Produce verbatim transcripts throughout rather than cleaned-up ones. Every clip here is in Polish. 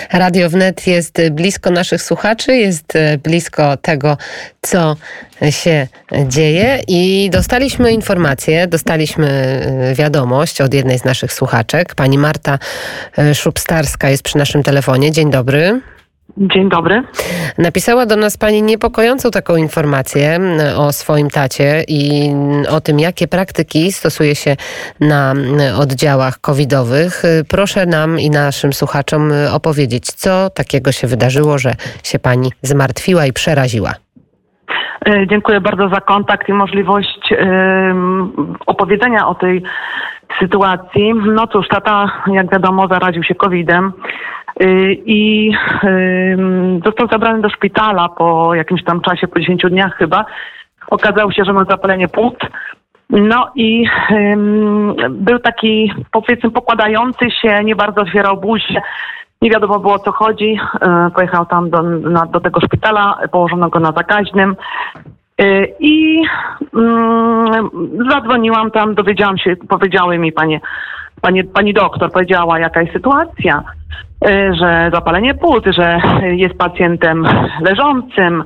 Radio Wnet jest blisko naszych słuchaczy, jest blisko tego, co się dzieje i dostaliśmy informację, dostaliśmy wiadomość od jednej z naszych słuchaczek. Pani Marta Szubstarska jest przy naszym telefonie. Dzień dobry. Dzień dobry. Napisała do nas pani niepokojącą taką informację o swoim tacie i o tym, jakie praktyki stosuje się na oddziałach covidowych. Proszę nam i naszym słuchaczom opowiedzieć, co takiego się wydarzyło, że się pani zmartwiła i przeraziła. Dziękuję bardzo za kontakt i możliwość um, opowiedzenia o tej sytuacji. No cóż, tata, jak wiadomo, zaraził się kowidem i został zabrany do szpitala po jakimś tam czasie, po dziesięciu dniach chyba. Okazało się, że ma zapalenie płuc. No i um, był taki, powiedzmy, pokładający się, nie bardzo otwierał buzię. Nie wiadomo było, o co chodzi. Pojechał tam do, na, do tego szpitala, położono go na zakaźnym. I um, zadzwoniłam tam, dowiedziałam się, powiedziały mi panie, panie, pani doktor, powiedziała, jaka jest sytuacja, że zapalenie płuc, że jest pacjentem leżącym.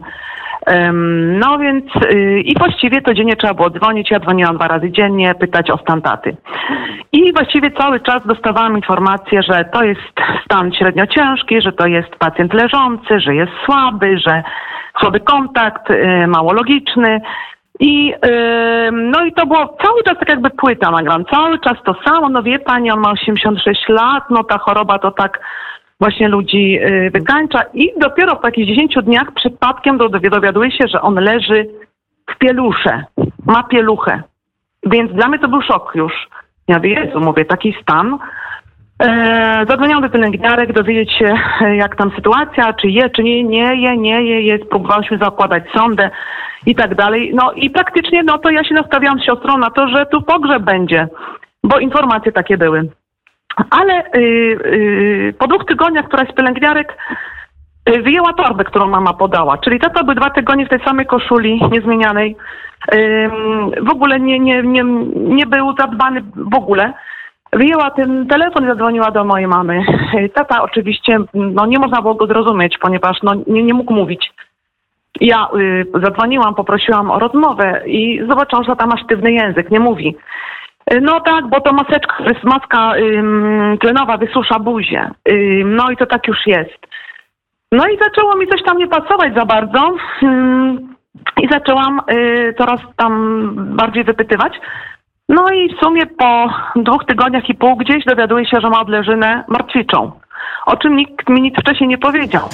No więc i właściwie codziennie trzeba było dzwonić. Ja dzwoniłam dwa razy dziennie, pytać o stan taty. I właściwie cały czas dostawałam informację, że to jest stan średnio ciężki, że to jest pacjent leżący, że jest słaby, że słaby kontakt, mało logiczny. I no i to było cały czas tak jakby płyta nagram, cały czas to samo. No wie pani, on ma osiemdziesiąt sześć lat, no ta choroba to tak właśnie ludzi wykańcza i dopiero po jakichś dziesięciu dniach przypadkiem dowiaduję się, że on leży w pielusze, ma pieluchę. Więc dla mnie to był szok już. Ja mówię, Jezu, mówię, taki stan. Eee, zadzwoniłam do pielęgniarek, dowiedzieć się, jak tam sytuacja, czy je, czy nie, nie je, nie je, jest. Próbowałyśmy zakładać sondę i tak dalej. No i praktycznie, no to ja się nastawiałam z siostrą na to, że tu pogrzeb będzie, bo informacje takie były. Ale yy, yy, po dwóch tygodniach któraś z pielęgniarek yy, wyjęła torbę, którą mama podała. Czyli tata był dwa tygodnie w tej samej koszuli niezmienianej. Yy, w ogóle nie, nie, nie, nie był zadbany w ogóle. Wyjęła ten telefon i zadzwoniła do mojej mamy. Yy, tata oczywiście, no nie można było go zrozumieć, ponieważ no, nie, nie mógł mówić. Ja yy, zadzwoniłam, poprosiłam o rozmowę i zobaczyłam, że tata ma sztywny język, nie mówi. No tak, bo to maseczka, maska ym, tlenowa wysusza buzię. Ym, no i to tak już jest. No i zaczęło mi coś tam nie pasować za bardzo. Ym, I zaczęłam y, coraz tam bardziej wypytywać. No i w sumie po dwóch tygodniach i pół gdzieś dowiaduję się, że ma odleżynę martwiczą. O czym nikt mi nic wcześniej nie powiedział.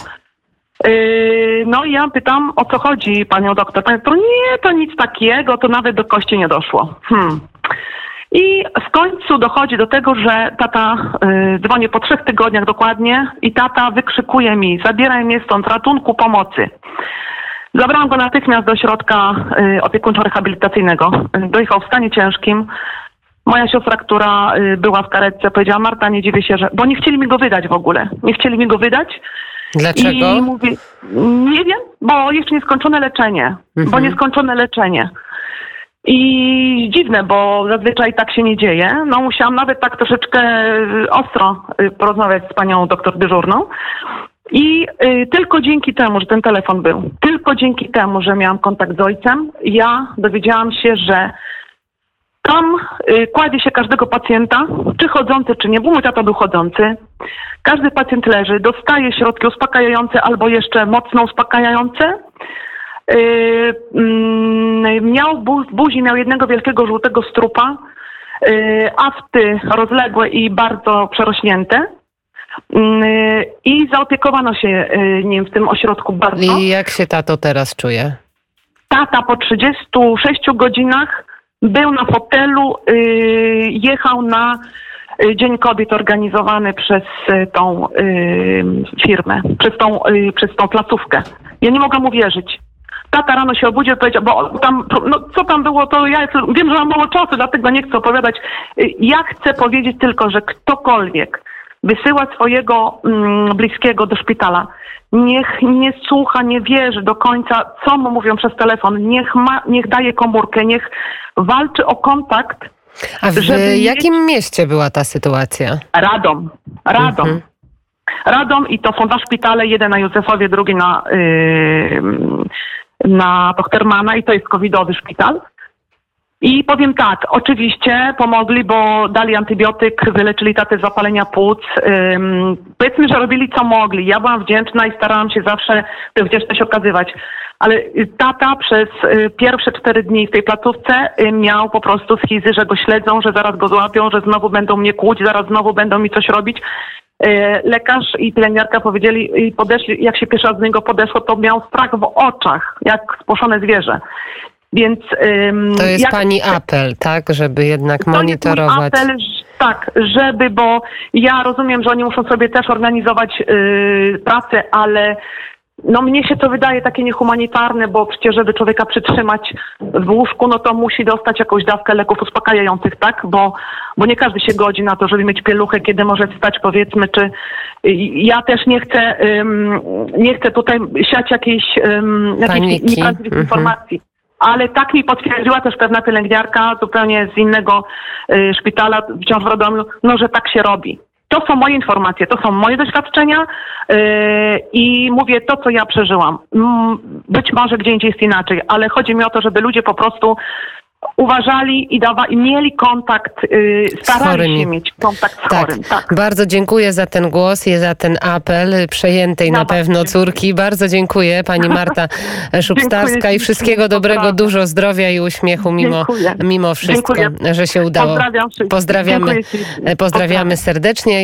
Yy, no i ja pytam, o co chodzi panią doktor. Pani doktor, nie, to nic takiego, to nawet do kości nie doszło. Hmm. I w końcu dochodzi do tego, że tata, yy, dzwonię po trzech tygodniach dokładnie i tata wykrzykuje mi, zabieraj mnie stąd, ratunku, pomocy. Zabrałam go natychmiast do ośrodka yy, opiekuńczo-rehabilitacyjnego. Yy, dojechał w stanie ciężkim. Moja siostra, która yy, była w karetce, powiedziała, Marta, nie dziwię się, że... Bo nie chcieli mi go wydać w ogóle. Nie chcieli mi go wydać. Dlaczego? I mówię, nie wiem, bo jeszcze nieskończone leczenie. Mhm. Bo nieskończone leczenie. I dziwne, bo zazwyczaj tak się nie dzieje. No musiałam nawet tak troszeczkę ostro porozmawiać z panią doktor dyżurną. I y, tylko dzięki temu, że ten telefon był, tylko dzięki temu, że miałam kontakt z ojcem, ja dowiedziałam się, że tam y, kładzie się każdego pacjenta, czy chodzący, czy nie, bo mój tata był chodzący. Każdy pacjent leży, dostaje środki uspokajające albo jeszcze mocno uspokajające. Yy, yy, miał bu- w buzi miał jednego wielkiego żółtego strupa, yy, afty rozległe i bardzo przerośnięte. Yy, I zaopiekowano się yy, nim w tym ośrodku bardzo. I jak się tato teraz czuje? Tata po trzydziestu sześciu godzinach był na fotelu, yy, jechał na yy, Dzień Kobiet organizowany przez yy, tą yy, firmę, przez tą, yy, przez tą placówkę. Ja nie mogę mu wierzyć. Tata rano się obudził i powiedział, bo tam, no co tam było, to ja wiem, że mam mało czasu, dlatego nie chcę opowiadać. Ja chcę powiedzieć tylko, że ktokolwiek wysyła swojego mm, bliskiego do szpitala, niech nie słucha, nie wierzy do końca, co mu mówią przez telefon. Niech ma, niech daje komórkę, niech walczy o kontakt. A w jakim mieć... mieście była ta sytuacja? Radom. Radom. Mhm. Radom i to są dwa szpitale, jeden na Józefowie, drugi na, yy, na Tochtermana i to jest covidowy szpital. I powiem tak, oczywiście pomogli, bo dali antybiotyk, wyleczyli tatę z zapalenia płuc. Ym, powiedzmy, że robili co mogli. Ja byłam wdzięczna i starałam się zawsze tę wdzięczność okazywać. Ale tata przez y, pierwsze cztery dni w tej placówce y, miał po prostu schizy, że go śledzą, że zaraz go złapią, że znowu będą mnie kłuć, zaraz znowu będą mi coś robić. Y, lekarz i pielęgniarka powiedzieli i podeszli, jak się pierwszy raz do niego podeszło, to miał strach w oczach, jak spłoszone zwierzę. Więc, ym, to jest jak, pani apel, tak? Żeby jednak to monitorować. Jest mój apel, tak, żeby, bo ja rozumiem, że oni muszą sobie też organizować yy, pracę, ale no mnie się to wydaje takie niehumanitarne, bo przecież żeby człowieka przytrzymać w łóżku, no to musi dostać jakąś dawkę leków uspokajających, tak? Bo, bo nie każdy się godzi na to, żeby mieć pieluchę, kiedy może wstać, powiedzmy, czy ja też nie chcę, um, nie chcę tutaj siać jakiejś, um, jakiejś nieprawdziwych mhm. informacji. Ale tak mi potwierdziła też pewna pielęgniarka zupełnie z innego y, szpitala, wciąż w Radomiu, no, że tak się robi. To są moje informacje, to są moje doświadczenia yy, i mówię to, co ja przeżyłam. Być może gdzie indziej jest inaczej, ale chodzi mi o to, żeby ludzie po prostu uważali i, dawa- i mieli kontakt, yy, starali się mieć kontakt z tak. chorym. Tak. Bardzo dziękuję za ten głos i za ten apel przejętej na, na pewno córki. Bardzo dziękuję, pani Marta Szubstarska i wszystkiego dobrego, Pozdrawiam. Dużo zdrowia i uśmiechu mimo, mimo wszystko, dziękuję. Że się udało. Pozdrawiam Pozdrawiamy, pozdrawiamy serdecznie.